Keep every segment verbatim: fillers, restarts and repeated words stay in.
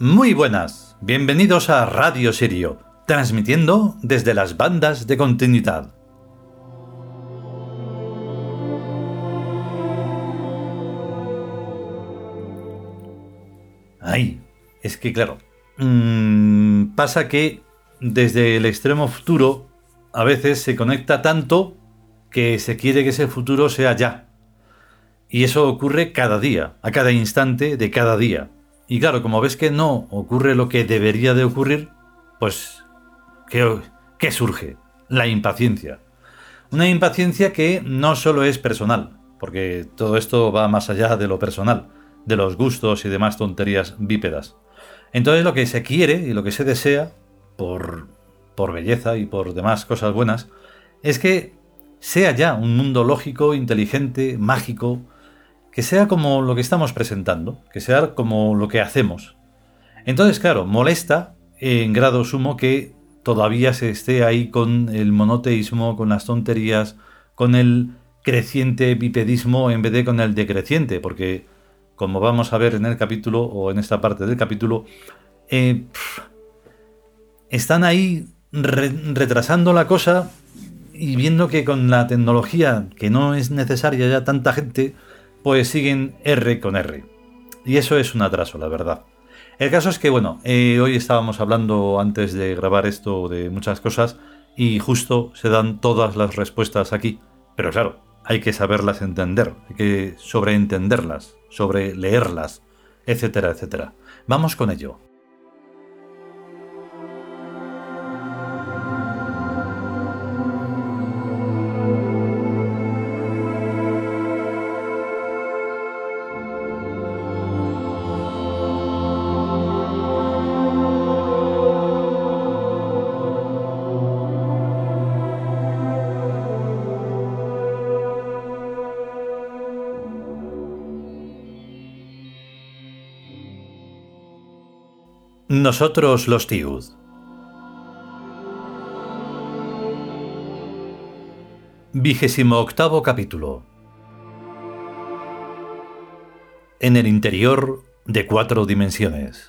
Muy buenas, bienvenidos a Radio Sirio, transmitiendo desde las bandas de continuidad. Ay, es que claro, mmm, pasa que desde el extremo futuro a veces se conecta tanto que se quiere que ese futuro sea ya. Y eso ocurre cada día, a cada instante de cada día. Y claro, como ves que no ocurre lo que debería de ocurrir, pues, ¿qué, qué surge? La impaciencia. Una impaciencia que no solo es personal, porque todo esto va más allá de lo personal, de los gustos y demás tonterías bípedas. Entonces lo que se quiere y lo que se desea, por, por belleza y por demás cosas buenas, es que sea ya un mundo lógico, inteligente, mágico, que sea como lo que estamos presentando, que sea como lo que hacemos. Entonces, claro, molesta en grado sumo que todavía se esté ahí con el monoteísmo, con las tonterías, con el creciente bipedismo en vez de con el decreciente, porque, como vamos a ver en el capítulo, o en esta parte del capítulo, eh, pff, están ahí re- retrasando la cosa y viendo que con la tecnología, que no es necesaria ya tanta gente, pues siguen R con R. Y eso es un atraso, la verdad. El caso es que, bueno, eh, hoy estábamos hablando antes de grabar esto de muchas cosas y justo se dan todas las respuestas aquí. Pero claro, hay que saberlas entender, hay que sobreentenderlas, sobreleerlas, etcétera, etcétera. Vamos con ello. Nosotros los Tiud. Vigésimo octavo capítulo. En el interior de cuatro dimensiones.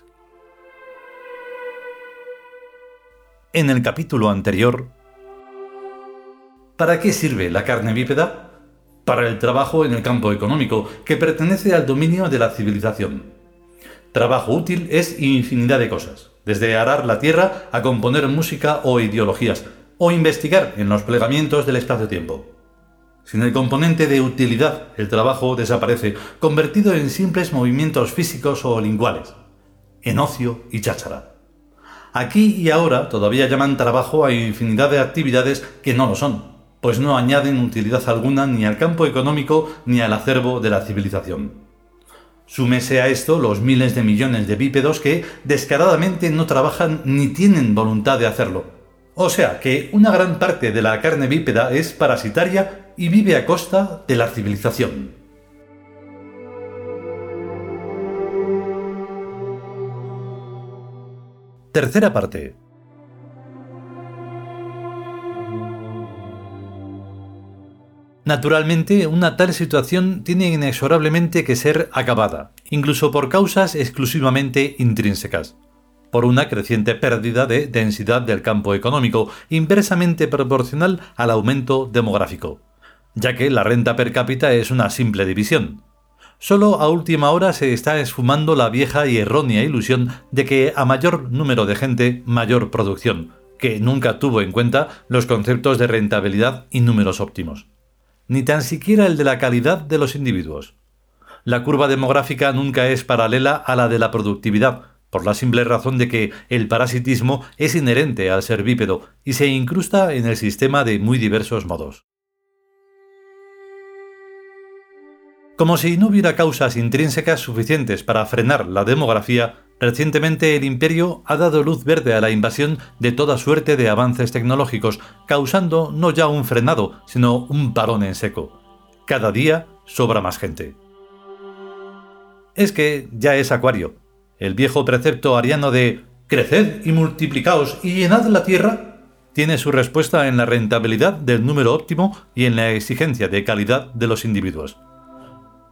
En el capítulo anterior, ¿para qué sirve la carne bípeda? Para el trabajo en el campo económico, que pertenece al dominio de la civilización. Trabajo útil es infinidad de cosas, desde arar la tierra a componer música o ideologías, o investigar en los plegamientos del espacio-tiempo. Sin el componente de utilidad, el trabajo desaparece, convertido en simples movimientos físicos o linguales, en ocio y cháchara. Aquí y ahora todavía llaman trabajo a infinidad de actividades que no lo son, pues no añaden utilidad alguna ni al campo económico ni al acervo de la civilización. Súmese a esto los miles de millones de bípedos que descaradamente no trabajan ni tienen voluntad de hacerlo. O sea que una gran parte de la carne bípeda es parasitaria y vive a costa de la civilización. Tercera parte. Naturalmente, una tal situación tiene inexorablemente que ser acabada, incluso por causas exclusivamente intrínsecas, por una creciente pérdida de densidad del campo económico, inversamente proporcional al aumento demográfico, ya que la renta per cápita es una simple división. Solo a última hora se está esfumando la vieja y errónea ilusión de que a mayor número de gente, mayor producción, que nunca tuvo en cuenta los conceptos de rentabilidad y números óptimos. Ni tan siquiera el de la calidad de los individuos. La curva demográfica nunca es paralela a la de la productividad, por la simple razón de que el parasitismo es inherente al ser bípedo y se incrusta en el sistema de muy diversos modos. Como si no hubiera causas intrínsecas suficientes para frenar la demografía, recientemente el imperio ha dado luz verde a la invasión de toda suerte de avances tecnológicos, causando no ya un frenado, sino un parón en seco. Cada día sobra más gente. Es que ya es acuario. El viejo precepto ariano de «creced y multiplicaos y llenad la tierra» tiene su respuesta en la rentabilidad del número óptimo y en la exigencia de calidad de los individuos.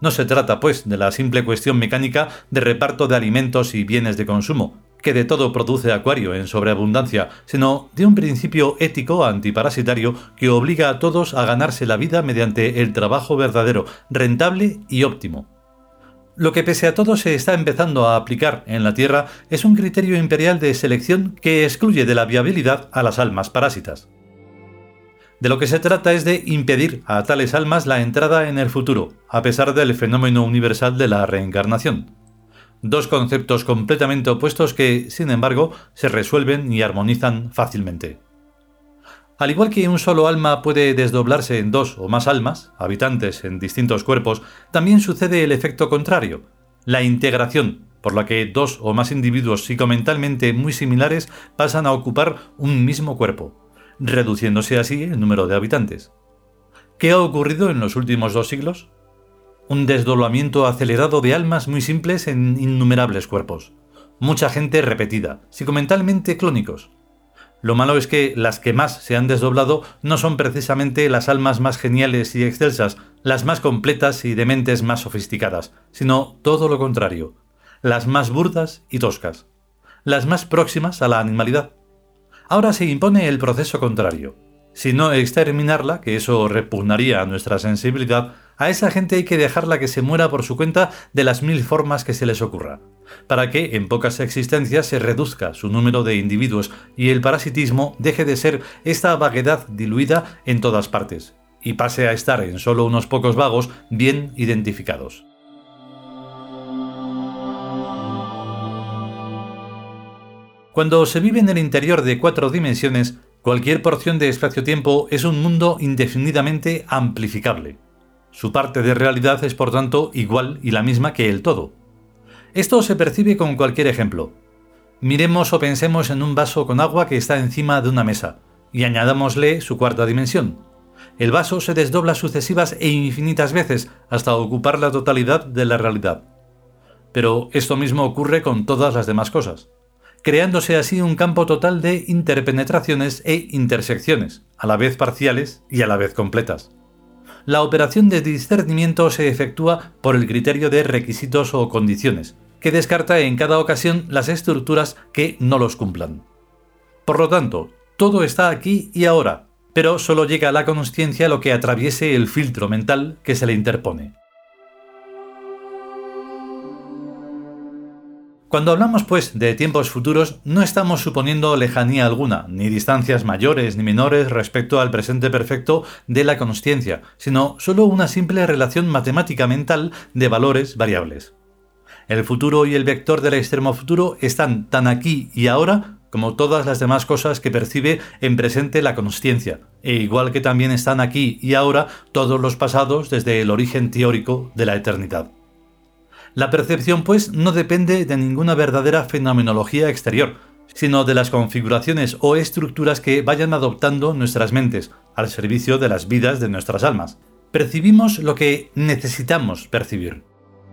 No se trata, pues, de la simple cuestión mecánica de reparto de alimentos y bienes de consumo, que de todo produce Acuario en sobreabundancia, sino de un principio ético antiparasitario que obliga a todos a ganarse la vida mediante el trabajo verdadero, rentable y óptimo. Lo que pese a todo se está empezando a aplicar en la Tierra es un criterio imperial de selección que excluye de la viabilidad a las almas parásitas. De lo que se trata es de impedir a tales almas la entrada en el futuro, a pesar del fenómeno universal de la reencarnación. Dos conceptos completamente opuestos que, sin embargo, se resuelven y armonizan fácilmente. Al igual que un solo alma puede desdoblarse en dos o más almas, habitantes en distintos cuerpos, también sucede el efecto contrario, la integración, por la que dos o más individuos psicomentalmente muy similares pasan a ocupar un mismo cuerpo, reduciéndose así el número de habitantes. ¿Qué ha ocurrido en los últimos dos siglos? Un desdoblamiento acelerado de almas muy simples en innumerables cuerpos. Mucha gente repetida, psicomentalmente clónicos. Lo malo es que las que más se han desdoblado no son precisamente las almas más geniales y excelsas, las más completas y de mentes más sofisticadas, sino todo lo contrario, las más burdas y toscas, las más próximas a la animalidad. Ahora se impone el proceso contrario. Si no exterminarla, que eso repugnaría a nuestra sensibilidad, a esa gente hay que dejarla que se muera por su cuenta de las mil formas que se les ocurra, para que en pocas existencias se reduzca su número de individuos y el parasitismo deje de ser esta vaguedad diluida en todas partes, y pase a estar en solo unos pocos vagos bien identificados. Cuando se vive en el interior de cuatro dimensiones, cualquier porción de espacio-tiempo es un mundo indefinidamente amplificable. Su parte de realidad es, por tanto, igual y la misma que el todo. Esto se percibe con cualquier ejemplo. Miremos o pensemos en un vaso con agua que está encima de una mesa, y añadámosle su cuarta dimensión. El vaso se desdobla sucesivas e infinitas veces hasta ocupar la totalidad de la realidad. Pero esto mismo ocurre con todas las demás cosas, creándose así un campo total de interpenetraciones e intersecciones, a la vez parciales y a la vez completas. La operación de discernimiento se efectúa por el criterio de requisitos o condiciones, que descarta en cada ocasión las estructuras que no los cumplan. Por lo tanto, todo está aquí y ahora, pero solo llega a la consciencia lo que atraviese el filtro mental que se le interpone. Cuando hablamos, pues, de tiempos futuros, no estamos suponiendo lejanía alguna, ni distancias mayores ni menores respecto al presente perfecto de la consciencia, sino solo una simple relación matemática mental de valores variables. El futuro y el vector del extremo futuro están tan aquí y ahora como todas las demás cosas que percibe en presente la consciencia, e igual que también están aquí y ahora todos los pasados desde el origen teórico de la eternidad. La percepción, pues, no depende de ninguna verdadera fenomenología exterior, sino de las configuraciones o estructuras que vayan adoptando nuestras mentes, al servicio de las vidas de nuestras almas. Percibimos lo que necesitamos percibir.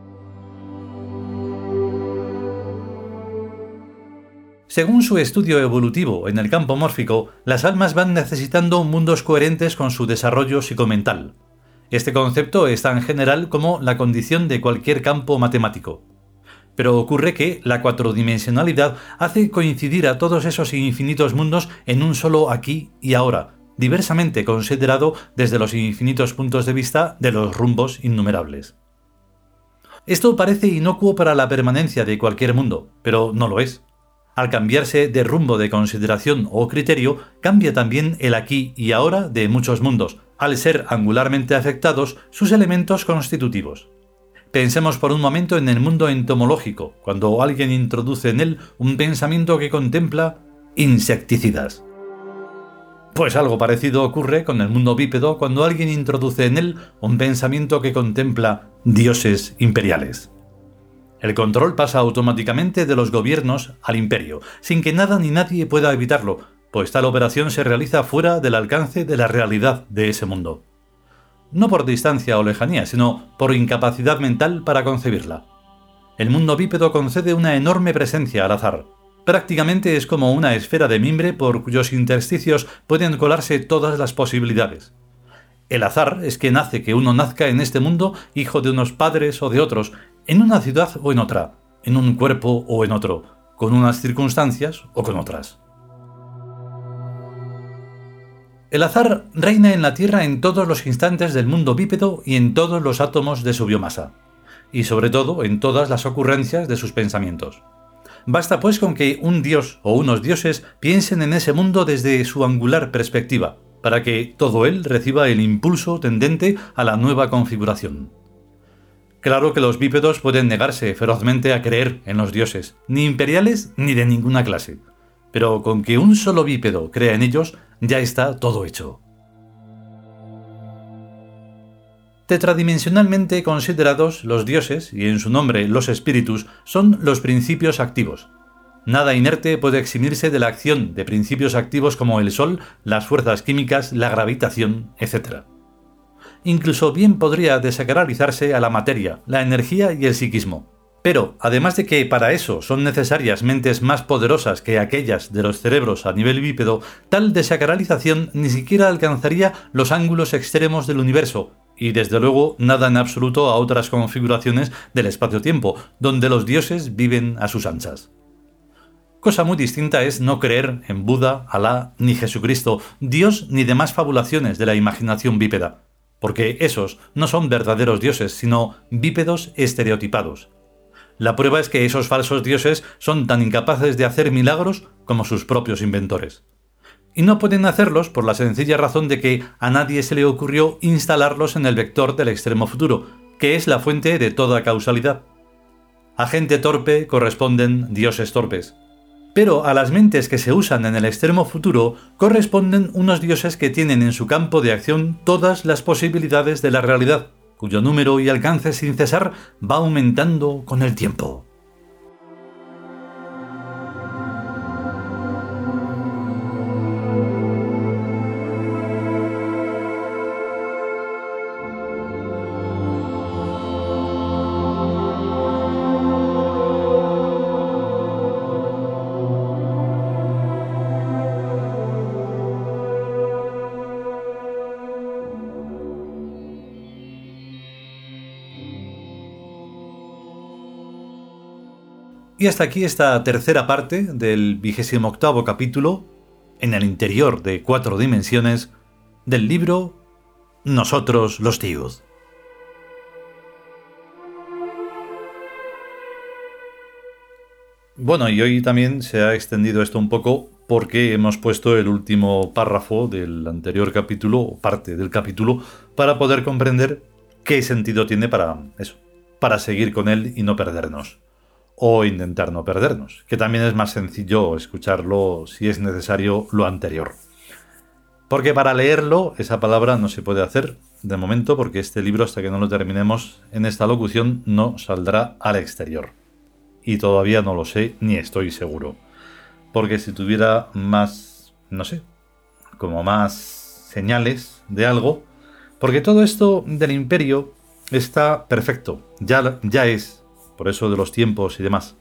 Según su estudio evolutivo en el campo mórfico, las almas van necesitando mundos coherentes con su desarrollo psicomental. Este concepto es tan general como la condición de cualquier campo matemático. Pero ocurre que la cuatrodimensionalidad hace coincidir a todos esos infinitos mundos en un solo aquí y ahora, diversamente considerado desde los infinitos puntos de vista de los rumbos innumerables. Esto parece inocuo para la permanencia de cualquier mundo, pero no lo es. Al cambiarse de rumbo de consideración o criterio, cambia también el aquí y ahora de muchos mundos, al ser angularmente afectados sus elementos constitutivos. Pensemos por un momento en el mundo entomológico, cuando alguien introduce en él un pensamiento que contempla insecticidas. Pues algo parecido ocurre con el mundo bípedo cuando alguien introduce en él un pensamiento que contempla dioses imperiales. El control pasa automáticamente de los gobiernos al imperio, sin que nada ni nadie pueda evitarlo, pues tal operación se realiza fuera del alcance de la realidad de ese mundo. No por distancia o lejanía, sino por incapacidad mental para concebirla. El mundo bípedo concede una enorme presencia al azar. Prácticamente es como una esfera de mimbre por cuyos intersticios pueden colarse todas las posibilidades. El azar es quien hace que uno nazca en este mundo hijo de unos padres o de otros, en una ciudad o en otra, en un cuerpo o en otro, con unas circunstancias o con otras. El azar reina en la Tierra en todos los instantes del mundo bípedo y en todos los átomos de su biomasa, y sobre todo en todas las ocurrencias de sus pensamientos. Basta pues con que un dios o unos dioses piensen en ese mundo desde su angular perspectiva, para que todo él reciba el impulso tendente a la nueva configuración. Claro que los bípedos pueden negarse ferozmente a creer en los dioses, ni imperiales ni de ninguna clase, pero con que un solo bípedo crea en ellos, ya está todo hecho. Tetradimensionalmente considerados, los dioses, y en su nombre los espíritus, son los principios activos. Nada inerte puede eximirse de la acción de principios activos como el Sol, las fuerzas químicas, la gravitación, etcétera. Incluso bien podría desacralizarse a la materia, la energía y el psiquismo. Pero, además de que para eso son necesarias mentes más poderosas que aquellas de los cerebros a nivel bípedo, tal desacralización ni siquiera alcanzaría los ángulos extremos del universo, y desde luego nada en absoluto a otras configuraciones del espacio-tiempo, donde los dioses viven a sus anchas. Cosa muy distinta es no creer en Buda, Alá, ni Jesucristo, Dios ni demás fabulaciones de la imaginación bípeda, porque esos no son verdaderos dioses, sino bípedos estereotipados. La prueba es que esos falsos dioses son tan incapaces de hacer milagros como sus propios inventores. Y no pueden hacerlos por la sencilla razón de que a nadie se le ocurrió instalarlos en el vector del extremo futuro, que es la fuente de toda causalidad. A gente torpe corresponden dioses torpes. Pero a las mentes que se usan en el extremo futuro corresponden unos dioses que tienen en su campo de acción todas las posibilidades de la realidad, cuyo número y alcance sin cesar va aumentando con el tiempo. Y hasta aquí esta tercera parte del vigésimo octavo capítulo, en el interior de cuatro dimensiones, del libro Nosotros los Tíos. Bueno, y hoy también se ha extendido esto un poco porque hemos puesto el último párrafo del anterior capítulo, o parte del capítulo, para poder comprender qué sentido tiene para eso, para seguir con él y no perdernos. O intentar no perdernos, que también es más sencillo escucharlo si es necesario lo anterior. Porque para leerlo, esa palabra no se puede hacer de momento, porque este libro, hasta que no lo terminemos en esta locución, no saldrá al exterior. Y todavía no lo sé, ni estoy seguro. Porque si tuviera más, no sé, como más señales de algo, porque todo esto del imperio está perfecto, ya, ya es. Por eso de los tiempos y demás.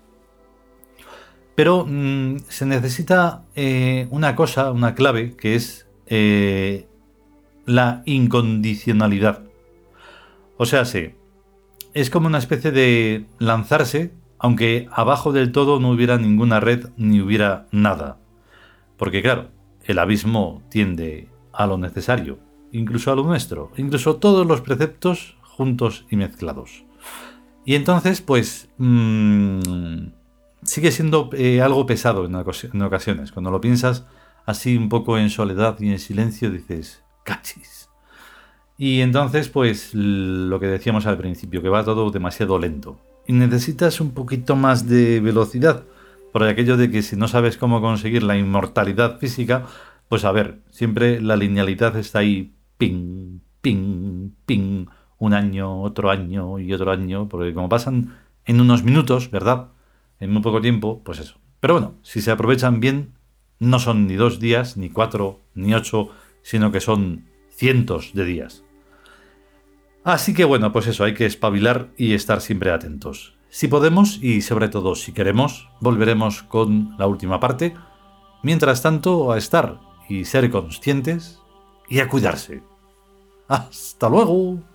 Pero mmm, se necesita eh, una cosa, una clave, que es eh, la incondicionalidad. O sea, sí, es como una especie de lanzarse, aunque abajo del todo no hubiera ninguna red ni hubiera nada. Porque claro, el abismo tiende a lo necesario, incluso a lo nuestro, incluso todos los preceptos juntos y mezclados. Y entonces, pues, mmm, sigue siendo eh, algo pesado en, en ocasiones. Cuando lo piensas así un poco en soledad y en silencio, dices, cachis. Y entonces, pues, lo que decíamos al principio, que va todo demasiado lento. Y necesitas un poquito más de velocidad. Por aquello de que si no sabes cómo conseguir la inmortalidad física, pues a ver, siempre la linealidad está ahí, ping, ping, ping. Un año, otro año y otro año, porque como pasan en unos minutos, ¿verdad? En muy poco tiempo, pues eso. Pero bueno, si se aprovechan bien, no son ni dos días, ni cuatro, ni ocho, sino que son cientos de días. Así que bueno, pues eso, hay que espabilar y estar siempre atentos. Si podemos, y sobre todo si queremos, volveremos con la última parte. Mientras tanto, a estar y ser conscientes y a cuidarse. Hasta luego.